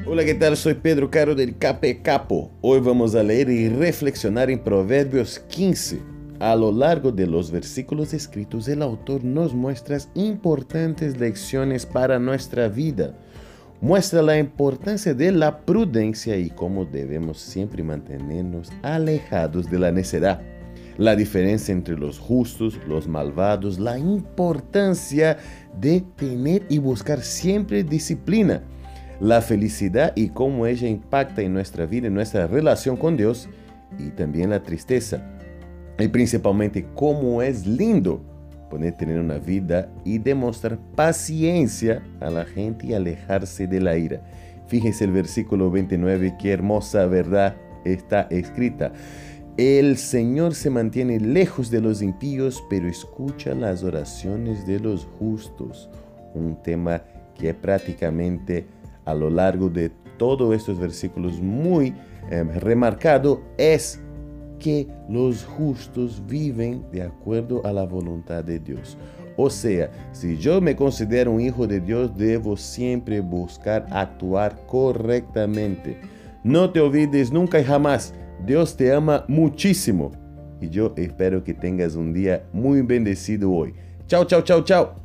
Hola, ¿qué tal? Soy Pedro Caro del Cape Capo. Hoy vamos a leer y reflexionar en Proverbios 15. A lo largo de los versículos escritos, el autor nos muestra importantes lecciones para nuestra vida. Muestra la importancia de la prudencia y cómo debemos siempre mantenernos alejados de la necedad. La diferencia entre los justos, los malvados, la importancia de tener y buscar siempre disciplina, la felicidad y cómo ella impacta en nuestra vida, en nuestra relación con Dios, y también la tristeza. Y principalmente cómo es lindo poder tener una vida y demostrar paciencia a la gente y alejarse de la ira. Fíjense el versículo 29, qué hermosa verdad está escrita. El Señor se mantiene lejos de los impíos, pero escucha las oraciones de los justos. Un tema que prácticamente a lo largo de todos estos versículos muy remarcado es que los justos viven de acuerdo a la voluntad de Dios. O sea, si yo me considero un hijo de Dios, debo siempre buscar actuar correctamente. No te olvides nunca y jamás, Dios te ama muchísimo. Y yo espero que tengas un día muy bendecido hoy. Chao, chao, chao, chao.